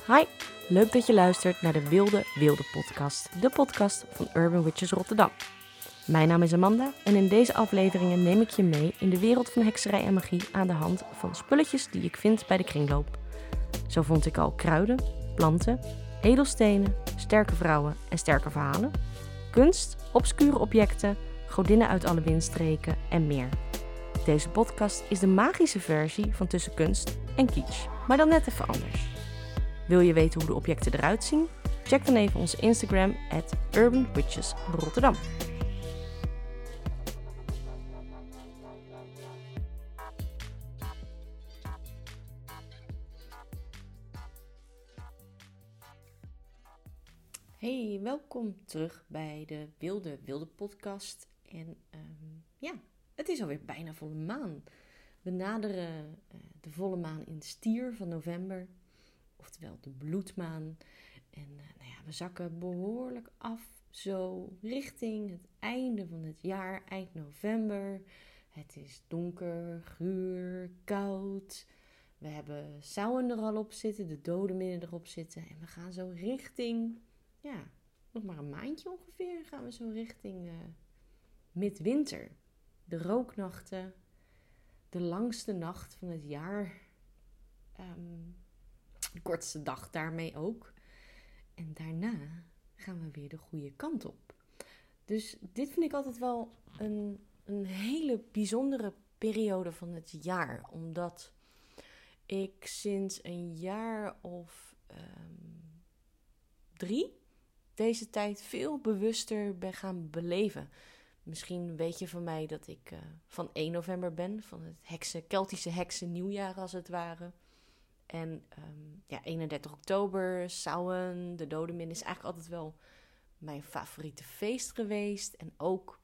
Hi, leuk dat je luistert naar de Wilde Wilde podcast, de podcast van Urban Witches Rotterdam. Mijn naam is Amanda en in deze afleveringen neem ik je mee in de wereld van hekserij en magie aan de hand van spulletjes die ik vind bij de kringloop. Zo vond ik al kruiden, planten, edelstenen, sterke vrouwen en sterke verhalen, kunst, obscure objecten, godinnen uit alle windstreken en meer. Deze podcast is de magische versie van tussen kunst en kitsch, maar dan net even anders. Wil je weten hoe de objecten eruit zien? Check dan even onze Instagram @UrbanWitchesRotterdam. Hey, welkom terug bij de Wilde Wilde podcast. En het is alweer bijna volle maan. We naderen de volle maan in Stier van november. Oftewel de bloedmaan. En we zakken behoorlijk af zo richting het einde van het jaar, eind november. Het is donker, guur, koud. We hebben Samhain er al op zitten, de dodenminnen erop zitten. En we gaan zo richting, nog maar een maandje ongeveer, gaan we zo richting midwinter. De rooknachten, de langste nacht van het jaar. De kortste dag daarmee ook. En daarna gaan we weer de goede kant op. Dus dit vind ik altijd wel een hele bijzondere periode van het jaar. Omdat ik sinds een jaar of 3 deze tijd veel bewuster ben gaan beleven. Misschien weet je van mij dat ik van 1 november ben. Van het Keltische heksen nieuwjaar als het ware. En 31 oktober, Samhain, de dodenmin is eigenlijk altijd wel mijn favoriete feest geweest. En ook,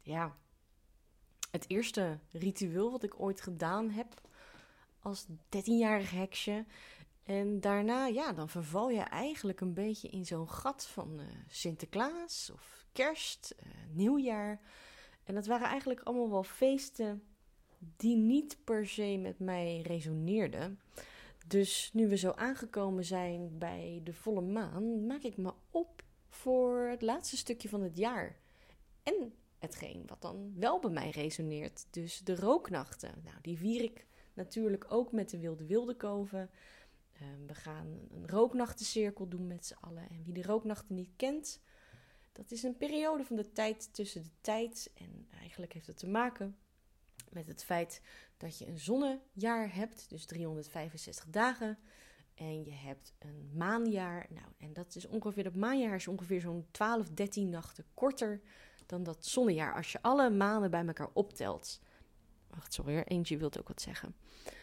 het eerste ritueel wat ik ooit gedaan heb als 13-jarig heksje. En daarna, dan verval je eigenlijk een beetje in zo'n gat van Sinterklaas of Kerst, Nieuwjaar. En dat waren eigenlijk allemaal wel feesten die niet per se met mij resoneerden. Dus nu we zo aangekomen zijn bij de volle maan, maak ik me op voor het laatste stukje van het jaar. En hetgeen wat dan wel bij mij resoneert. Dus de rooknachten. Nou, die vier ik natuurlijk ook met de Wilde Wildekoven. We gaan een rooknachtencirkel doen met z'n allen. En wie de rooknachten niet kent, dat is een periode van de tijd tussen de tijd. En eigenlijk heeft het te maken met het feit dat je een zonnejaar hebt, dus 365 dagen. En je hebt een maanjaar. Nou, en dat is ongeveer, dat maanjaar is ongeveer zo'n 12, 13 nachten korter dan dat zonnejaar. Als je alle maanden bij elkaar optelt. Wacht, sorry, eentje wil ook wat zeggen.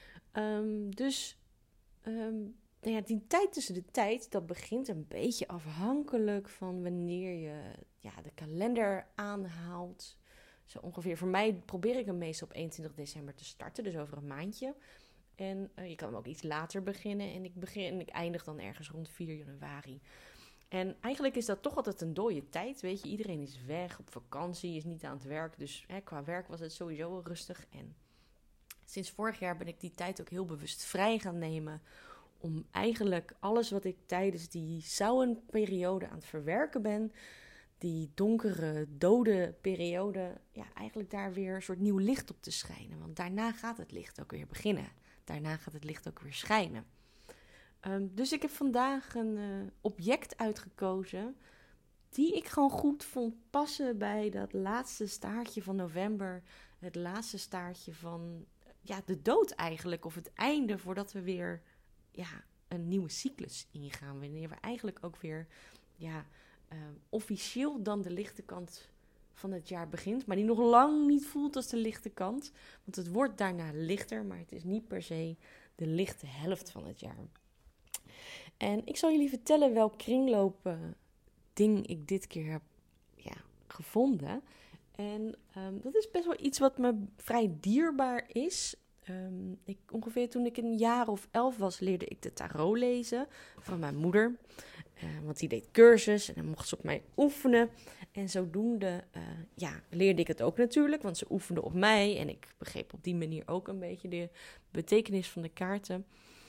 Die tijd tussen de tijd, dat begint een beetje afhankelijk van wanneer je de kalender aanhaalt. Zo ongeveer. Voor mij probeer ik hem meestal op 21 december te starten, dus over een maandje. En je kan hem ook iets later beginnen. En ik eindig dan ergens rond 4 januari. En eigenlijk is dat toch altijd een dode tijd, weet je. Iedereen is weg, op vakantie, is niet aan het werk. Dus qua werk was het sowieso wel rustig. En sinds vorig jaar ben ik die tijd ook heel bewust vrij gaan nemen. Om eigenlijk alles wat ik tijdens die Samhain-periode aan het verwerken ben, die donkere, dode periode, eigenlijk daar weer een soort nieuw licht op te schijnen. Want daarna gaat het licht ook weer beginnen. Daarna gaat het licht ook weer schijnen. Dus ik heb vandaag een object uitgekozen die ik gewoon goed vond passen bij dat laatste staartje van november. Het laatste staartje van de dood eigenlijk. Of het einde voordat we weer een nieuwe cyclus ingaan. Wanneer we eigenlijk ook weer officieel dan de lichte kant van het jaar begint. Maar die nog lang niet voelt als de lichte kant. Want het wordt daarna lichter. Maar het is niet per se de lichte helft van het jaar. En ik zal jullie vertellen welk kringlopen ding ik dit keer heb gevonden. En dat is best wel iets wat me vrij dierbaar is. Ongeveer toen ik een jaar of 11 was, leerde ik de tarot lezen van mijn moeder. Want die deed cursus en dan mocht ze op mij oefenen. En zodoende leerde ik het ook natuurlijk, want ze oefende op mij. En ik begreep op die manier ook een beetje de betekenis van de kaarten.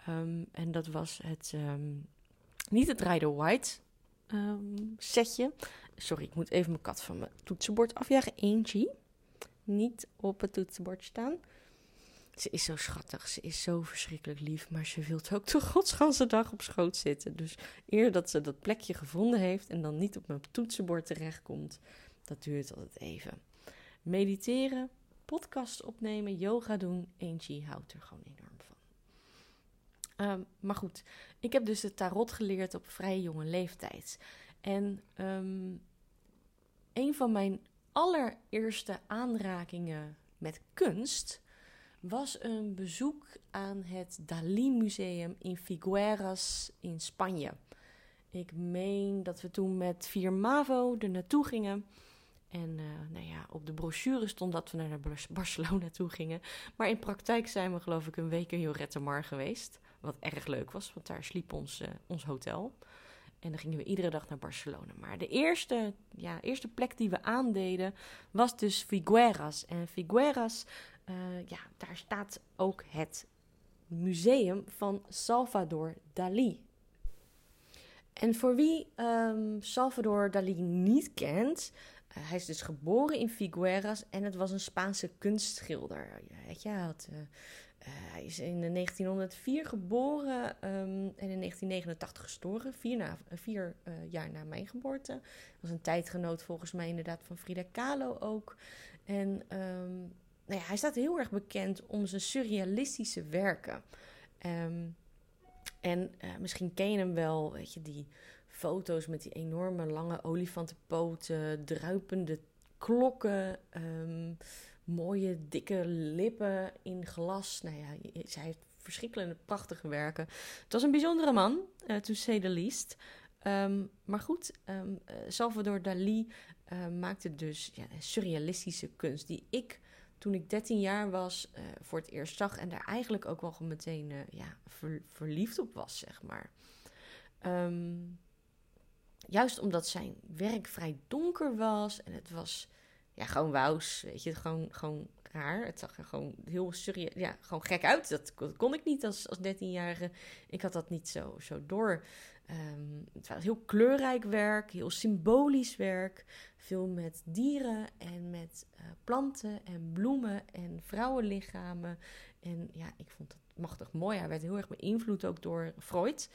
En dat was niet het Rider-Waite setje. Sorry, ik moet even mijn kat van mijn toetsenbord afjagen. Angie. Niet op het toetsenbord staan. Ze is zo schattig, ze is zo verschrikkelijk lief, maar ze wil ook de godsganse dag op schoot zitten. Dus eer dat ze dat plekje gevonden heeft en dan niet op mijn toetsenbord terechtkomt, dat duurt altijd even. Mediteren, podcast opnemen, yoga doen, Angie houdt er gewoon enorm van. Maar goed, ik heb dus de tarot geleerd op vrij jonge leeftijd. En een van mijn allereerste aanrakingen met kunst was een bezoek aan het Dalí Museum in Figueras in Spanje. Ik meen dat we toen met 4 MAVO er naartoe gingen. En op de brochure stond dat we naar Barcelona toe gingen. Maar in praktijk zijn we geloof ik een week in Lloret de Mar geweest. Wat erg leuk was, want daar sliep ons hotel. En dan gingen we iedere dag naar Barcelona. Maar de eerste plek die we aandeden was dus Figueras. En Figueras, daar staat ook het museum van Salvador Dalí. En voor wie Salvador Dalí niet kent, hij is dus geboren in Figueras en het was een Spaanse kunstschilder. Hij is in 1904 geboren en in 1989 gestorven, 4 jaar na mijn geboorte. Dat was een tijdgenoot volgens mij inderdaad van Frida Kahlo ook. En hij staat heel erg bekend om zijn surrealistische werken. Misschien ken je hem wel, weet je, die foto's met die enorme lange olifantenpoten, druipende klokken, mooie dikke lippen in glas. Zij heeft verschillende prachtige werken. Het was een bijzondere man, to say the least. Maar goed, Salvador Dalí maakte dus surrealistische kunst die ik, toen ik 13 jaar was, voor het eerst zag en daar eigenlijk ook wel meteen verliefd op was, zeg maar. Juist omdat zijn werk vrij donker was en het was gewoon wous, weet je, gewoon raar. Het zag er gewoon heel surreal, gewoon gek uit. Dat kon ik niet als 13-jarige. Ik had dat niet zo door. Het was heel kleurrijk werk, heel symbolisch werk. Veel met dieren en met planten en bloemen en vrouwenlichamen. En ik vond het machtig mooi. Hij werd heel erg beïnvloed ook door Freud.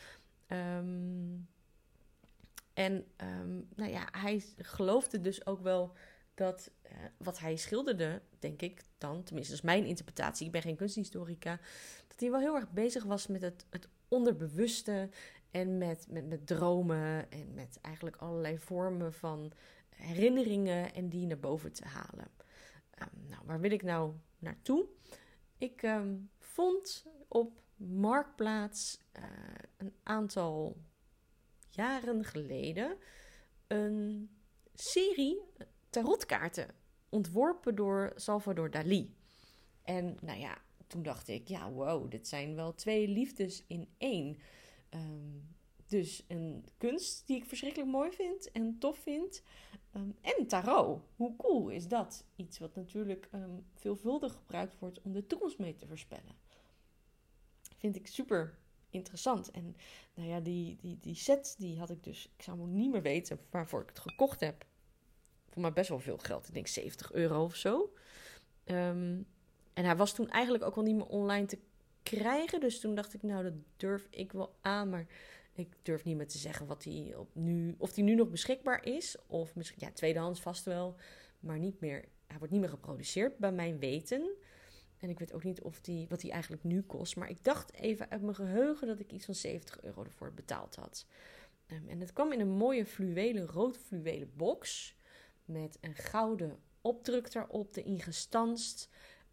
Hij geloofde dus ook wel dat wat hij schilderde, denk ik dan, tenminste dat is mijn interpretatie, ik ben geen kunsthistorica, dat hij wel heel erg bezig was met het onderbewuste en met dromen en met eigenlijk allerlei vormen van herinneringen en die naar boven te halen. Waar wil ik nou naartoe? Ik vond op Marktplaats een aantal jaren geleden een serie tarotkaarten ontworpen door Salvador Dalí. En toen dacht ik, wow, dit zijn wel 2 liefdes in 1. Dus een kunst die ik verschrikkelijk mooi vind en tof vind. En tarot. Hoe cool is dat? Iets wat natuurlijk veelvuldig gebruikt wordt om de toekomst mee te voorspellen. Vind ik super interessant. En die set, die had ik dus, ik zou niet meer weten waarvoor ik het gekocht heb. Voor mij best wel veel geld. Ik denk €70 of zo. En hij was toen eigenlijk ook wel niet meer online te krijgen. Dus toen dacht ik, dat durf ik wel aan. Maar ik durf niet meer te zeggen of die nu nog beschikbaar is. Of misschien, tweedehands vast wel. Maar niet meer. Hij wordt niet meer geproduceerd bij mijn weten. En ik weet ook niet wat die eigenlijk nu kost. Maar ik dacht even uit mijn geheugen dat ik iets van €70 ervoor betaald had. En het kwam in een mooie rood fluwelen box. Met een gouden opdruk erop, erin gestanst.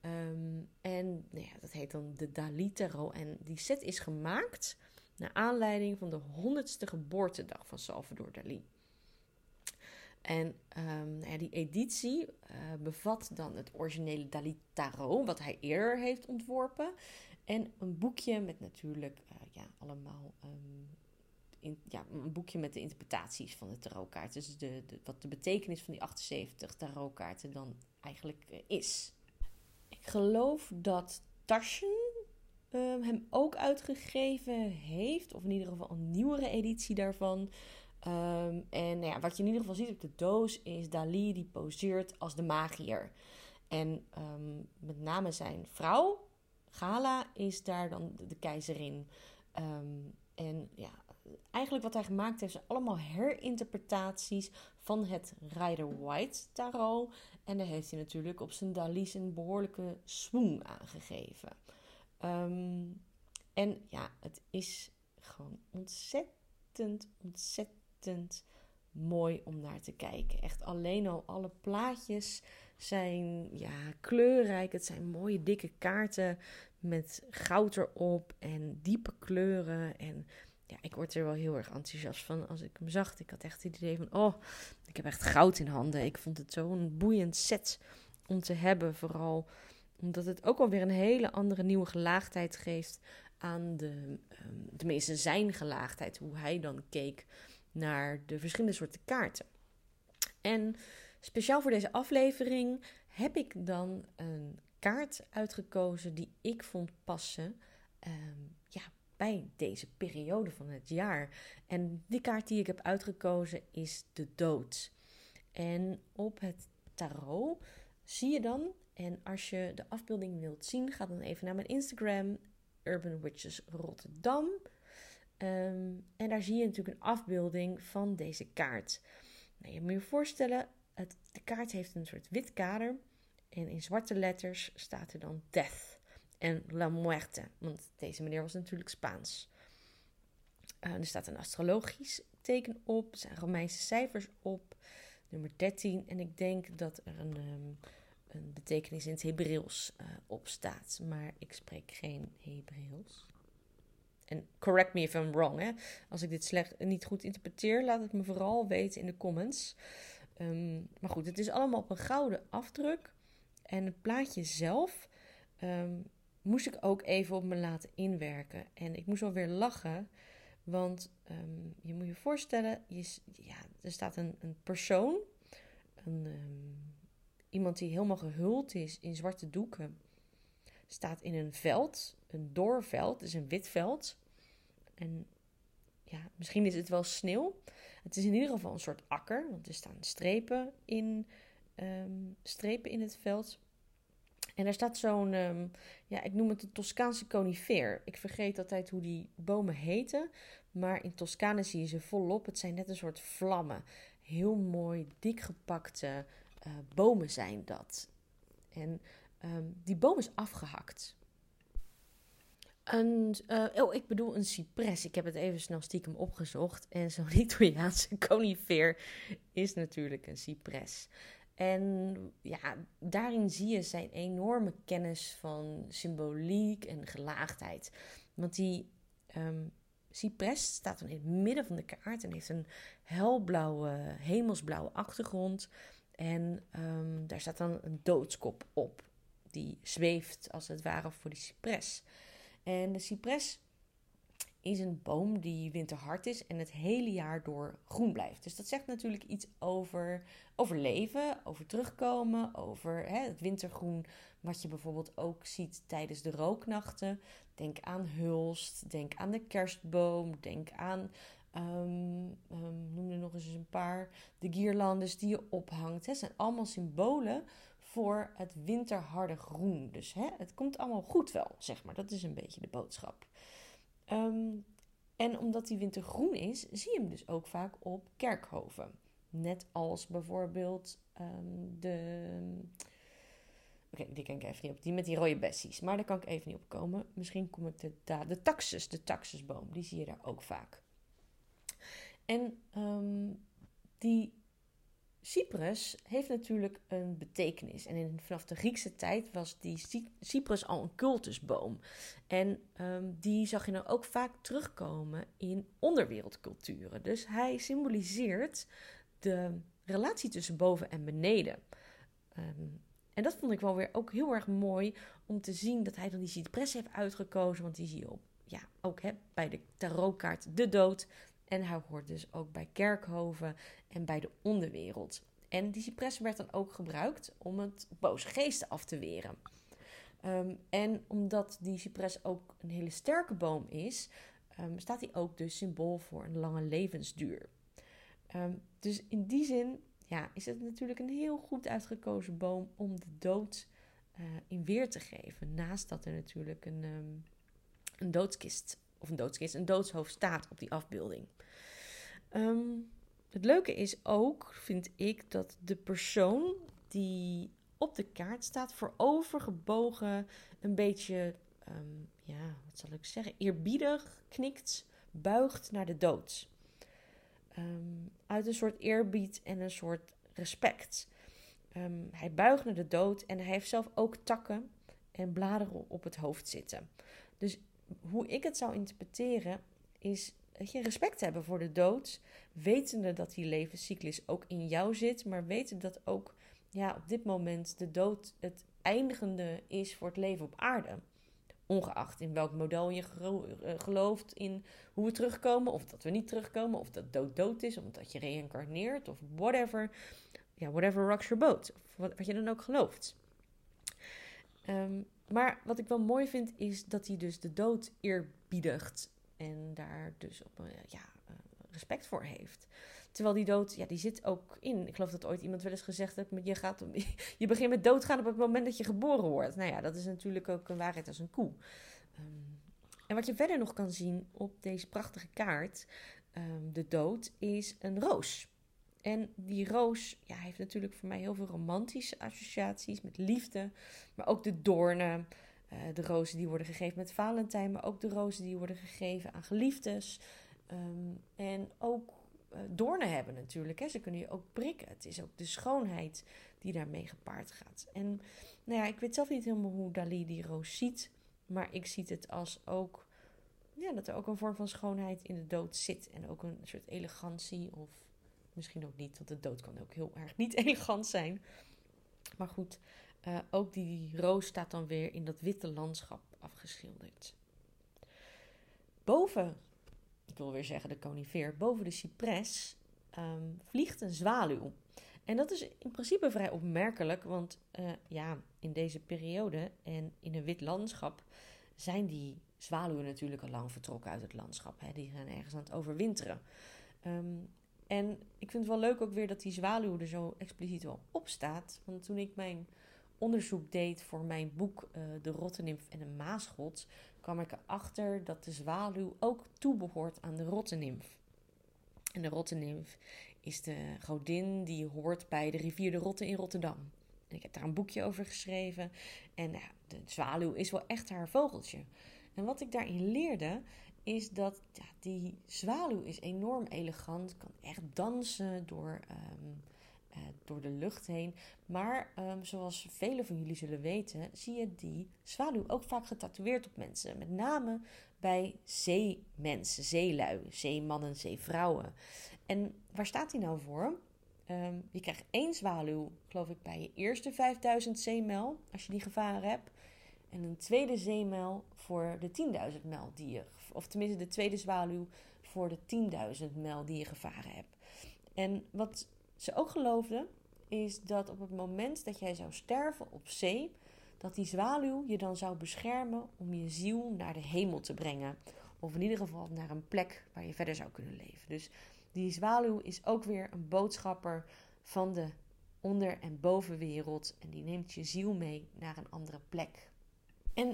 Dat heet dan de Dalí Tarot. En die set is gemaakt naar aanleiding van de 100ste geboortedag van Salvador Dalí. En die editie bevat dan het originele Dalí Tarot, wat hij eerder heeft ontworpen. En een boekje met natuurlijk allemaal een boekje met de interpretaties van de tarotkaart. Dus wat de betekenis van die 78 tarotkaarten dan eigenlijk is. Ik geloof dat Taschen hem ook uitgegeven heeft. Of in ieder geval een nieuwere editie daarvan. En nou ja, wat je in ieder geval ziet op de doos is Dali die poseert als de magier. En met name zijn vrouw, Gala, is daar dan de keizerin. En ja, eigenlijk wat hij gemaakt heeft zijn allemaal herinterpretaties van het Rider-Waite tarot. En daar heeft hij natuurlijk op zijn Dali's een behoorlijke swoon aangegeven. En ja, het is gewoon ontzettend mooi om naar te kijken. Echt alleen al alle plaatjes zijn kleurrijk. Het zijn mooie dikke kaarten met goud erop en diepe kleuren. En ja, ik word er wel heel erg enthousiast van als ik hem zag. Ik had echt het idee van, ik heb echt goud in handen. Ik vond het zo'n boeiend set om te hebben. Vooral omdat het ook alweer een hele andere nieuwe gelaagdheid geeft aan tenminste zijn gelaagdheid. Hoe hij dan keek naar de verschillende soorten kaarten. En speciaal voor deze aflevering heb ik dan een kaart uitgekozen die ik vond passen bij deze periode van het jaar. En die kaart die ik heb uitgekozen is de dood. En op het tarot zie je dan, en als je de afbeelding wilt zien, ga dan even naar mijn Instagram, Urban Witches Rotterdam. En daar zie je natuurlijk een afbeelding van deze kaart. Nou, je moet je voorstellen, de kaart heeft een soort wit kader. En in zwarte letters staat er dan death en la muerte. Want deze meneer was natuurlijk Spaans. Er staat een astrologisch teken op. Er zijn Romeinse cijfers op. Nummer 13. En ik denk dat er een betekenis in het Hebreeuws op staat. Maar ik spreek geen Hebreeuws. En correct me if I'm wrong. Hè? Als ik dit niet goed interpreteer, laat het me vooral weten in de comments. Maar goed, het is allemaal op een gouden afdruk. En het plaatje zelf moest ik ook even op me laten inwerken. En ik moest alweer lachen. Want je moet je voorstellen, er staat een persoon. Iemand die helemaal gehuld is in zwarte doeken. Staat in een veld, een doorveld, dus een wit veld. En ja, misschien is het wel sneeuw. Het is in ieder geval een soort akker, want er staan strepen in het veld. En daar staat zo'n, ik noem het de Toscaanse conifeer. Ik vergeet altijd hoe die bomen heten. Maar in Toscane zie je ze volop. Het zijn net een soort vlammen. Heel mooi, dikgepakte bomen zijn dat. En die boom is afgehakt. Ik bedoel een cypres. Ik heb het even snel stiekem opgezocht. En zo'n Italiaanse conifeer is natuurlijk een cypres. En ja, daarin zie je zijn enorme kennis van symboliek en gelaagdheid. Want die cypres staat dan in het midden van de kaart en heeft een helblauwe, hemelsblauwe achtergrond. En daar staat dan een doodskop op. Die zweeft als het ware voor die cypres. En de cypres is een boom die winterhard is en het hele jaar door groen blijft. Dus dat zegt natuurlijk iets over leven, over terugkomen, over het wintergroen. Wat je bijvoorbeeld ook ziet tijdens de rooknachten. Denk aan Hulst, denk aan de kerstboom, denk aan, noem er nog eens een paar, de guirlandes die je ophangt. Het zijn allemaal symbolen voor het winterharde groen. Dus het komt allemaal goed wel, zeg maar. Dat is een beetje de boodschap. En omdat die wintergroen is, zie je hem dus ook vaak op kerkhoven. Net als bijvoorbeeld die kan ik even niet op. Die met die rode bessies. Maar daar kan ik even niet op komen. Misschien kom ik de taxusboom. Die zie je daar ook vaak. En die cyprus heeft natuurlijk een betekenis. En vanaf de Griekse tijd was die cyprus al een cultusboom. En die zag je nou ook vaak terugkomen in onderwereldculturen. Dus hij symboliseert de relatie tussen boven en beneden. En dat vond ik wel weer ook heel erg mooi om te zien dat hij dan die cypres heeft uitgekozen. Want die zie je ook bij de tarotkaart de dood. En hij hoort dus ook bij kerkhoven en bij de onderwereld. En die cypres werd dan ook gebruikt om het boze geesten af te weren. En omdat die cypres ook een hele sterke boom is, staat hij ook dus symbool voor een lange levensduur. Dus in die zin is het natuurlijk een heel goed uitgekozen boom om de dood in weer te geven. Naast dat er natuurlijk een doodskist, een doodshoofd staat op die afbeelding. Het leuke is ook, vind ik, dat de persoon die op de kaart staat voorovergebogen een beetje, wat zal ik zeggen, eerbiedig knikt, buigt naar de dood. Uit een soort eerbied en een soort respect. Hij buigt naar de dood en hij heeft zelf ook takken en bladeren op het hoofd zitten. Dus hoe ik het zou interpreteren is dat je respect hebben voor de dood, wetende dat die levenscyclus ook in jou zit, maar weten dat ook op dit moment de dood het eindigende is voor het leven op aarde. Ongeacht in welk model je gelooft in hoe we terugkomen, of dat we niet terugkomen, of dat dood is, omdat je reïncarneert, of whatever. Whatever rocks your boat. Of wat je dan ook gelooft. Maar wat ik wel mooi vind, is dat hij dus de dood eerbiedigt. En daar dus op respect voor heeft. Terwijl die dood, die zit ook in. Ik geloof dat ooit iemand wel eens gezegd heeft, je begint met doodgaan op het moment dat je geboren wordt. Nou ja, dat is natuurlijk ook een waarheid als een koe. En wat je verder nog kan zien op deze prachtige kaart, de dood, is een roos. En die roos heeft natuurlijk voor mij heel veel romantische associaties met liefde. Maar ook de doornen, de rozen die worden gegeven met Valentijn, maar ook de rozen die worden gegeven aan geliefdes. En ook doornen hebben natuurlijk. Hè. Ze kunnen je ook prikken. Het is ook de schoonheid die daarmee gepaard gaat. En ik weet zelf niet helemaal hoe Dali die roos ziet. Maar ik zie het als ook dat er ook een vorm van schoonheid in de dood zit. En ook een soort elegantie of misschien ook niet, want de dood kan ook heel erg niet elegant zijn. Maar goed, ook die roos staat dan weer in dat witte landschap afgeschilderd. Boven, ik wil weer zeggen de conifeer, boven de cypres vliegt een zwaluw. En dat is in principe vrij opmerkelijk, want in deze periode en in een wit landschap zijn die zwaluwen natuurlijk al lang vertrokken uit het landschap. Hè. Die zijn ergens aan het overwinteren. En ik vind het wel leuk ook weer dat die zwaluw er zo expliciet wel op staat. Want toen ik mijn onderzoek deed voor mijn boek De Rottenimf en de Maasgod, kwam ik erachter dat de zwaluw ook toebehoort aan de Rottenimf. En de Rottenimf is de godin die hoort bij de rivier de Rotte in Rotterdam. En ik heb daar een boekje over geschreven. En de zwaluw is wel echt haar vogeltje. En wat ik daarin leerde, is dat die zwaluw is enorm elegant, kan echt dansen door de lucht heen. Maar zoals velen van jullie zullen weten, zie je die zwaluw ook vaak getatoeëerd op mensen. Met name bij zeemensen, zeelui, zeemannen, zeevrouwen. En waar staat die nou voor? Je krijgt 1 zwaluw, geloof ik, bij je eerste 5000 zeemijl, als je die gevaren hebt. En een tweede zeemijl voor de 10.000 mijl die je, of tenminste de tweede zwaluw voor de 10.000 mijl die je gevaren hebt. En wat ze ook geloofden, is dat op het moment dat jij zou sterven op zee, dat die zwaluw je dan zou beschermen om je ziel naar de hemel te brengen. Of in ieder geval naar een plek waar je verder zou kunnen leven. Dus die zwaluw is ook weer een boodschapper van de onder- en bovenwereld. En die neemt je ziel mee naar een andere plek. En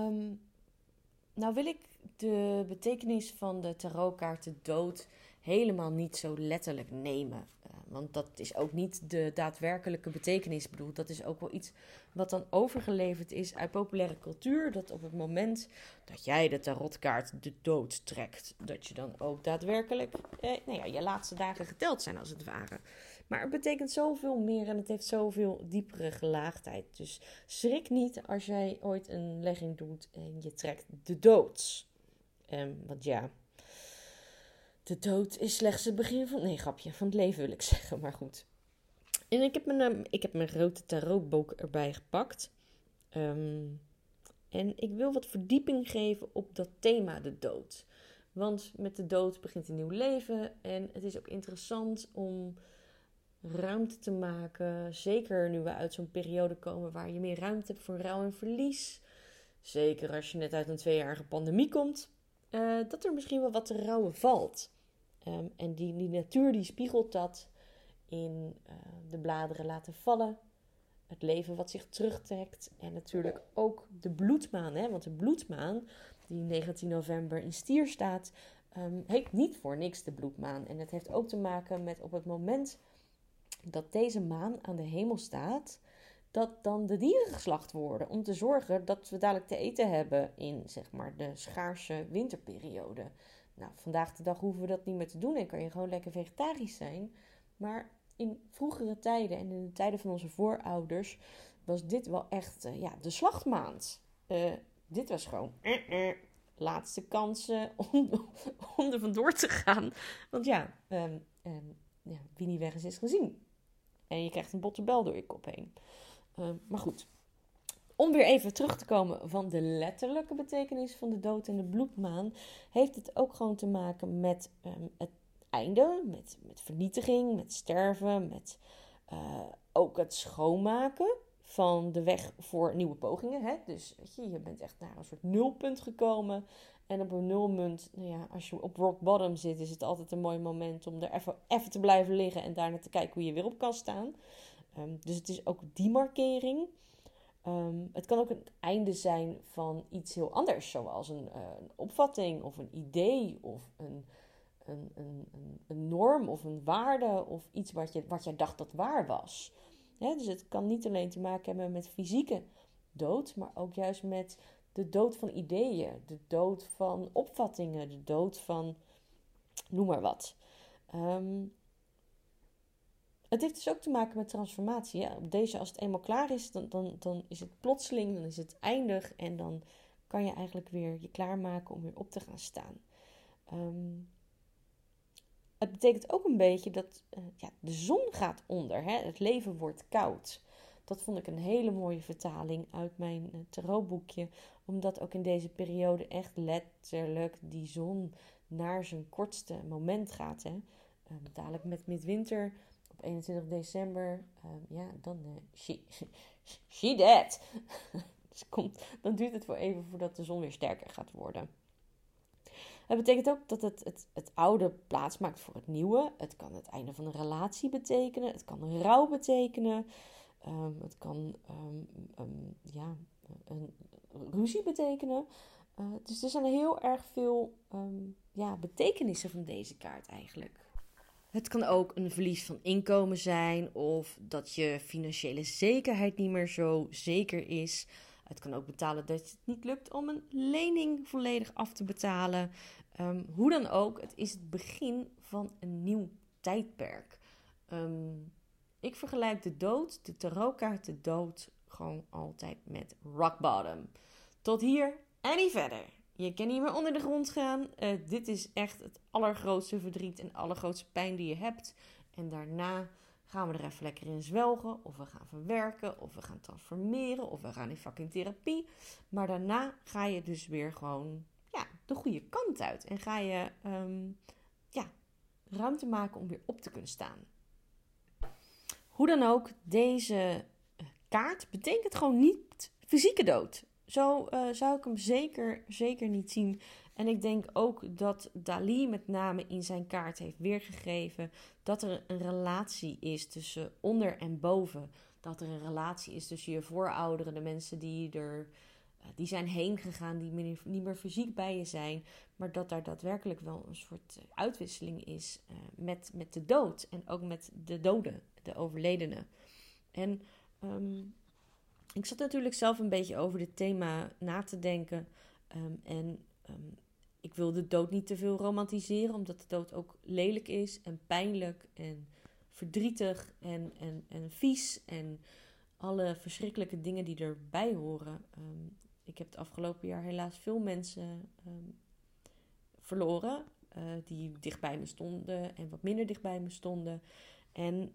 nou wil ik de betekenis van de tarotkaart de dood helemaal niet zo letterlijk nemen. Want dat is ook niet de daadwerkelijke betekenis bedoeld. Dat is ook wel iets wat dan overgeleverd is uit populaire cultuur. Dat op het moment dat jij de tarotkaart de dood trekt, dat je dan ook daadwerkelijk je laatste dagen geteld zijn als het ware. Maar het betekent zoveel meer en het heeft zoveel diepere gelaagdheid. Dus schrik niet als jij ooit een legging doet en je trekt de dood. Want de dood is slechts het begin van het leven wil ik zeggen, maar goed. En ik heb mijn grote tarotboek erbij gepakt. En ik wil wat verdieping geven op dat thema, de dood. Want met de dood begint een nieuw leven. En het is ook interessant om ruimte te maken. Zeker nu we uit zo'n periode komen waar je meer ruimte hebt voor rouw en verlies. Zeker als je net uit een 2-jarige pandemie komt. Dat er misschien wel wat te rouwen valt. En die natuur die spiegelt dat in de bladeren laten vallen. Het leven wat zich terugtrekt. En natuurlijk ook de bloedmaan. Hè? Want de bloedmaan, die 19 november in Stier staat, heet niet voor niks de bloedmaan. En het heeft ook te maken met op het moment dat deze maan aan de hemel staat, dat dan de dieren geslacht worden. Om te zorgen dat we dadelijk te eten hebben in, zeg maar, de schaarse winterperiode. Nou, vandaag de dag hoeven we dat niet meer te doen en kan je gewoon lekker vegetarisch zijn. Maar in vroegere tijden en in de tijden van onze voorouders was dit wel echt de slachtmaand. Dit was gewoon laatste kansen om er vandoor te gaan. Want wie niet weg is gezien. En je krijgt een bottebel door je kop heen. Maar goed, om weer even terug te komen van de letterlijke betekenis van de dood en de bloedmaan, heeft het ook gewoon te maken met het einde, met vernietiging, met sterven, met ook het schoonmaken van de weg voor nieuwe pogingen. Hè? Dus weet je bent echt naar een soort nulpunt gekomen. En op een nulpunt, als je op rock bottom zit, is het altijd een mooi moment om er even te blijven liggen en daarna te kijken hoe je weer op kan staan. Dus het is ook die markering. Het kan ook het einde zijn van iets heel anders, zoals een opvatting of een idee of een norm of een waarde of iets wat jij dacht dat waar was. Dus het kan niet alleen te maken hebben met fysieke dood, maar ook juist met de dood van ideeën, de dood van opvattingen, de dood van noem maar wat. Het heeft dus ook te maken met transformatie. Ja, op deze, als het eenmaal klaar is, dan is het plotseling, dan is het eindig en dan kan je eigenlijk weer je klaarmaken om weer op te gaan staan. Het betekent ook een beetje dat de zon gaat onder. Hè? Het leven wordt koud. Dat vond ik een hele mooie vertaling uit mijn tarotboekje. Omdat ook in deze periode echt letterlijk die zon naar zijn kortste moment gaat. Hè? Dadelijk met midwinter op 21 december. She dead. Dus dan duurt het wel even voordat de zon weer sterker gaat worden. Het betekent ook dat het oude plaats maakt voor het nieuwe. Het kan het einde van een relatie betekenen. Het kan een rouw betekenen. Het kan een ruzie betekenen. Dus er zijn heel erg veel betekenissen van deze kaart eigenlijk. Het kan ook een verlies van inkomen zijn of dat je financiële zekerheid niet meer zo zeker is. Het kan ook betalen dat het niet lukt om een lening volledig af te betalen. Hoe dan ook, het is het begin van een nieuw tijdperk. Ik vergelijk de tarotkaart de dood, gewoon altijd met rock bottom. Tot hier en niet verder. Je kan niet meer onder de grond gaan. Dit is echt het allergrootste verdriet en allergrootste pijn die je hebt. En daarna gaan we er even lekker in zwelgen. Of we gaan verwerken. Of we gaan transformeren. Of we gaan in fucking therapie. Maar daarna ga je dus weer gewoon de goede kant uit. En ga je ruimte maken om weer op te kunnen staan. Hoe dan ook, deze kaart betekent gewoon niet fysieke dood. Zo zou ik hem zeker niet zien. En ik denk ook dat Dali met name in zijn kaart heeft weergegeven dat er een relatie is tussen onder en boven. Dat er een relatie is tussen je voorouderen, de mensen die zijn heen gegaan, die niet meer fysiek bij je zijn. Maar dat daar daadwerkelijk wel een soort uitwisseling is met de dood. En ook met de doden, de overledenen. En ik zat natuurlijk zelf een beetje over dit thema na te denken. Ik wil de dood niet te veel romantiseren, omdat de dood ook lelijk is en pijnlijk en verdrietig en vies. En alle verschrikkelijke dingen die erbij horen. Ik heb het afgelopen jaar helaas veel mensen verloren. Die dicht bij me stonden en wat minder dicht bij me stonden. En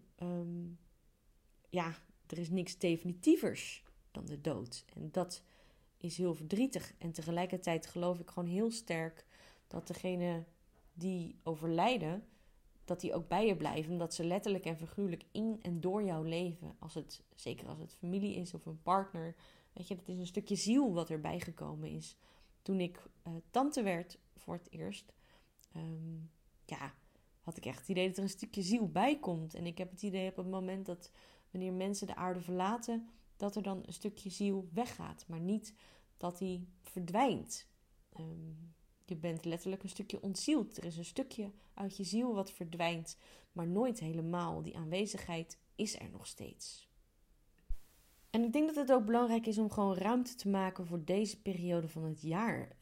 er is niks definitievers dan de dood. En dat is heel verdrietig. En tegelijkertijd geloof ik gewoon heel sterk dat degene die overlijden dat die ook bij je blijven. Omdat ze letterlijk en figuurlijk in en door jou leven. Zeker als het familie is of een partner. Weet je, dat is een stukje ziel wat erbij gekomen is. Toen ik tante werd voor het eerst. Had ik echt het idee dat er een stukje ziel bij komt. En ik heb het idee op het moment dat wanneer mensen de aarde verlaten, dat er dan een stukje ziel weggaat. Maar niet dat die verdwijnt. Je bent letterlijk een stukje ontzield. Er is een stukje uit je ziel wat verdwijnt, maar nooit helemaal. Die aanwezigheid is er nog steeds. En ik denk dat het ook belangrijk is om gewoon ruimte te maken voor deze periode van het jaar.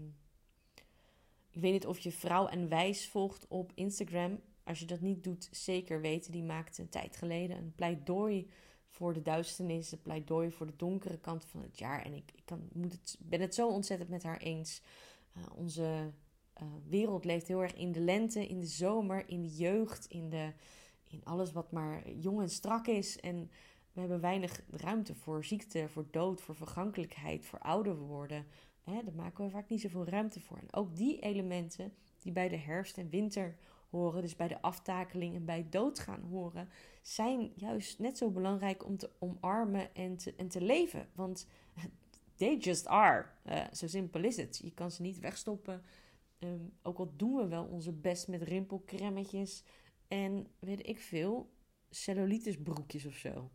Ik weet niet of je Vrouw en Wijs volgt op Instagram. Als je dat niet doet, zeker weten. Die maakte een tijd geleden een pleidooi voor de duisternis. Een pleidooi voor de donkere kant van het jaar. En ik ben het zo ontzettend met haar eens. Onze wereld leeft heel erg in de lente, in de zomer, in de jeugd, in alles wat maar jong en strak is. En we hebben weinig ruimte voor ziekte, voor dood, voor vergankelijkheid, voor ouder worden. Daar maken we vaak niet zoveel ruimte voor. En ook die elementen die bij de herfst en winter horen, dus bij de aftakeling en bij het doodgaan horen, zijn juist net zo belangrijk om te omarmen en te leven. Want they just are. Zo simpel is het. Je kan ze niet wegstoppen. Ook al doen we wel onze best met rimpelcremmetjes en weet ik veel, cellulitisbroekjes of zo.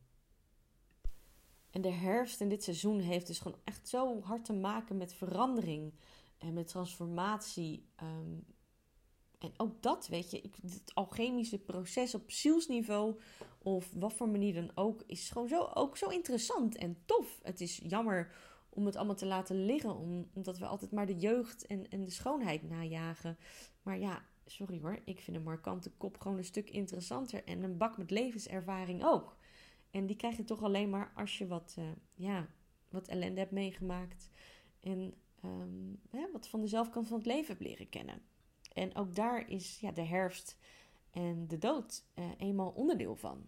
En de herfst in dit seizoen heeft dus gewoon echt zo hard te maken met verandering en met transformatie. En ook dat, weet je, het alchemische proces op zielsniveau of wat voor manier dan ook, is gewoon ook zo interessant en tof. Het is jammer om het allemaal te laten liggen, omdat we altijd maar de jeugd en de schoonheid najagen. Maar ja, sorry hoor, ik vind een markante kop gewoon een stuk interessanter en een bak met levenservaring ook. En die krijg je toch alleen maar als je wat ellende hebt meegemaakt. En wat van de zelfkant van het leven hebt leren kennen. En ook daar is de herfst en de dood eenmaal onderdeel van.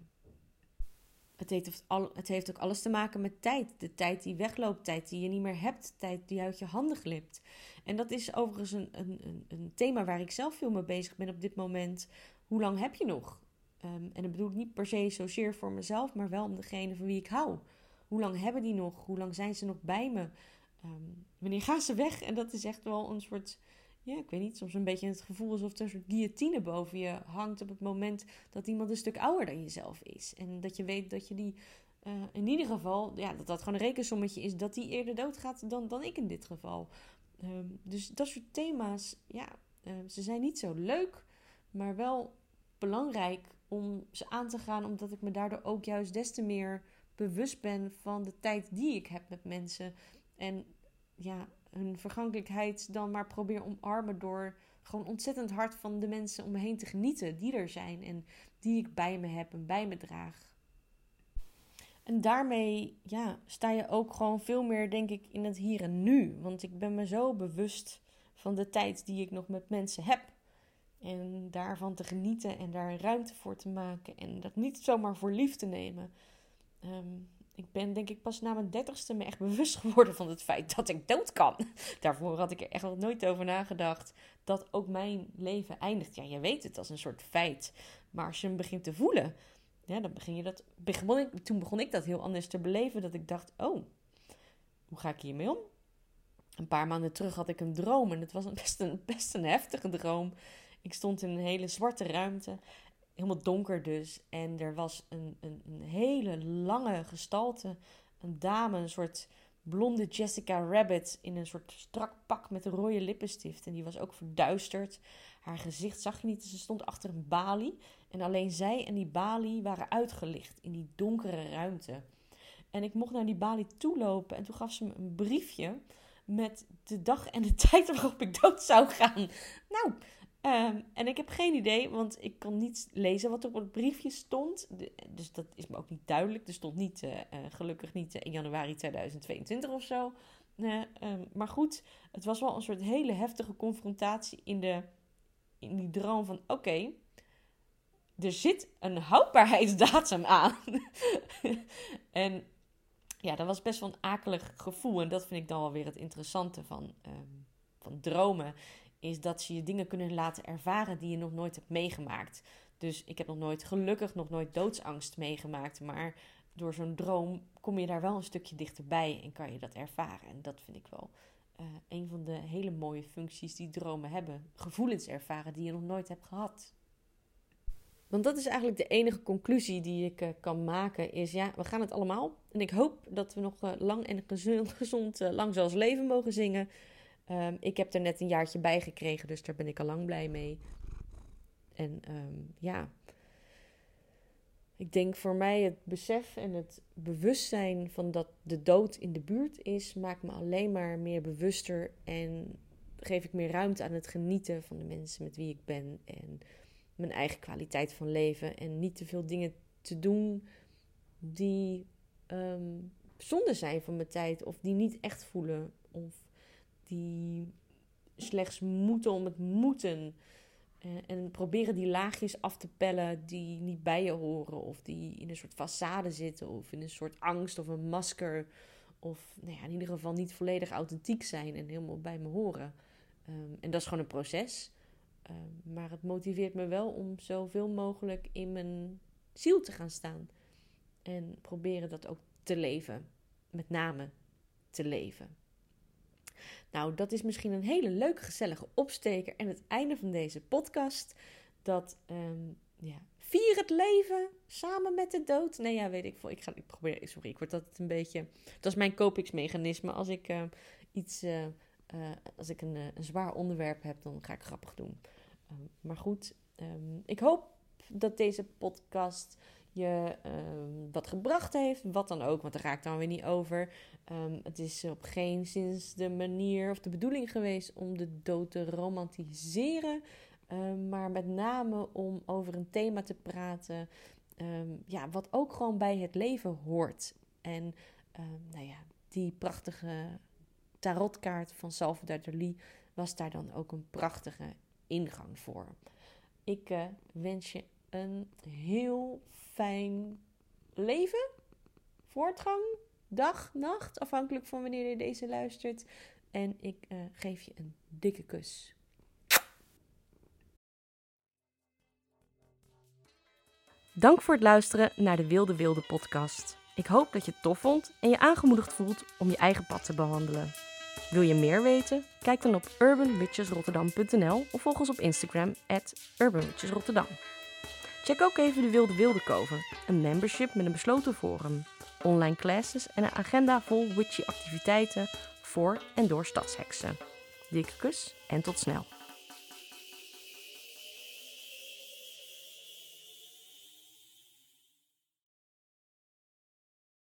Het heeft ook alles te maken met tijd. De tijd die wegloopt, tijd die je niet meer hebt, tijd die uit je handen glipt. En dat is overigens een thema waar ik zelf veel mee bezig ben op dit moment. Hoe lang heb je nog? En dat bedoel ik niet per se zozeer voor mezelf, maar wel om degene van wie ik hou. Hoe lang hebben die nog? Hoe lang zijn ze nog bij me? Wanneer gaan ze weg? En dat is echt wel een soort, ik weet niet, soms een beetje het gevoel alsof er een soort guillotine boven je hangt op het moment dat iemand een stuk ouder dan jezelf is. En dat je weet dat je die, in ieder geval, dat gewoon een rekensommetje is, dat die eerder doodgaat dan ik in dit geval. Dus dat soort thema's, ze zijn niet zo leuk, maar wel belangrijk om ze aan te gaan, omdat ik me daardoor ook juist des te meer bewust ben van de tijd die ik heb met mensen. En hun vergankelijkheid dan maar probeer omarmen door gewoon ontzettend hard van de mensen om me heen te genieten die er zijn en die ik bij me heb en bij me draag. En daarmee sta je ook gewoon veel meer, denk ik, in het hier en nu. Want ik ben me zo bewust van de tijd die ik nog met mensen heb. En daarvan te genieten en daar ruimte voor te maken. En dat niet zomaar voor lief te nemen. Ik ben denk ik pas na mijn 30ste me echt bewust geworden van het feit dat ik dood kan. Daarvoor had ik er echt nog nooit over nagedacht dat ook mijn leven eindigt. Ja, je weet het als een soort feit. Maar als je hem begint te voelen, dan toen begon ik dat heel anders te beleven. Dat ik dacht, hoe ga ik hiermee om? Een paar maanden terug had ik een droom en het was best een heftige droom. Ik stond in een hele zwarte ruimte, helemaal donker dus. En er was een hele lange gestalte, een dame, een soort blonde Jessica Rabbit in een soort strak pak met een rode lippenstift. En die was ook verduisterd. Haar gezicht zag je niet, ze stond achter een balie. En alleen zij en die balie waren uitgelicht in die donkere ruimte. En ik mocht naar die balie toelopen en toen gaf ze me een briefje met de dag en de tijd waarop ik dood zou gaan. En ik heb geen idee, want ik kon niet lezen wat er op het briefje stond. Dus dat is me ook niet duidelijk. Er stond niet, gelukkig niet in januari 2022 of zo. Maar goed, het was wel een soort hele heftige confrontatie in die droom van, oké, er zit een houdbaarheidsdatum aan. En dat was best wel een akelig gevoel. En dat vind ik dan wel weer het interessante van dromen. is dat ze je dingen kunnen laten ervaren die je nog nooit hebt meegemaakt. Dus ik heb gelukkig nog nooit doodsangst meegemaakt. Maar door zo'n droom kom je daar wel een stukje dichterbij en kan je dat ervaren. En dat vind ik wel een van de hele mooie functies die dromen hebben. Gevoelens ervaren die je nog nooit hebt gehad. Want dat is eigenlijk de enige conclusie die ik kan maken. Is we gaan het allemaal. En ik hoop dat we nog lang en gezond lang zoals leven mogen zingen. Ik heb er net een jaartje bij gekregen, dus daar ben ik al lang blij mee. En ik denk voor mij het besef en het bewustzijn van dat de dood in de buurt is, maakt me alleen maar meer bewuster en geef ik meer ruimte aan het genieten van de mensen met wie ik ben en mijn eigen kwaliteit van leven en niet te veel dingen te doen die zonde zijn van mijn tijd of die niet echt voelen of die slechts moeten om het moeten. En proberen die laagjes af te pellen die niet bij je horen. Of die in een soort façade zitten. Of in een soort angst of een masker. Of in ieder geval niet volledig authentiek zijn en helemaal bij me horen. En dat is gewoon een proces. Maar het motiveert me wel om zoveel mogelijk in mijn ziel te gaan staan. En proberen dat ook te leven. Met name te leven. Nou, dat is misschien een hele leuke, gezellige opsteker. En het einde van deze podcast. Dat, vier het leven samen met de dood. Nee, weet ik veel. Ik probeer, sorry, ik word altijd een beetje... Dat is mijn kopingsmechanisme. Als ik als ik een zwaar onderwerp heb, dan ga ik grappig doen. Maar goed, ik hoop dat deze podcast je wat gebracht heeft. Wat dan ook, want daar ga ik dan weer niet over. Het is op geen sinds de manier of de bedoeling geweest om de dood te romantiseren. Maar met name om over een thema te praten. Wat ook gewoon bij het leven hoort. En die prachtige tarotkaart van Salvador Dalí was daar dan ook een prachtige ingang voor. Ik wens je een heel fijn leven, voortgang, dag, nacht, afhankelijk van wanneer je deze luistert. En ik geef je een dikke kus. Dank voor het luisteren naar de Wilde Wilde podcast. Ik hoop dat je het tof vond en je aangemoedigd voelt om je eigen pad te bewandelen. Wil je meer weten? Kijk dan op urbanwitchesrotterdam.nl of volg ons op Instagram @urbanwitchesrotterdam. Check ook even de Wilde Wilde Koven, een membership met een besloten forum, online classes en een agenda vol witchy activiteiten voor en door stadsheksen. Dikke kus en tot snel.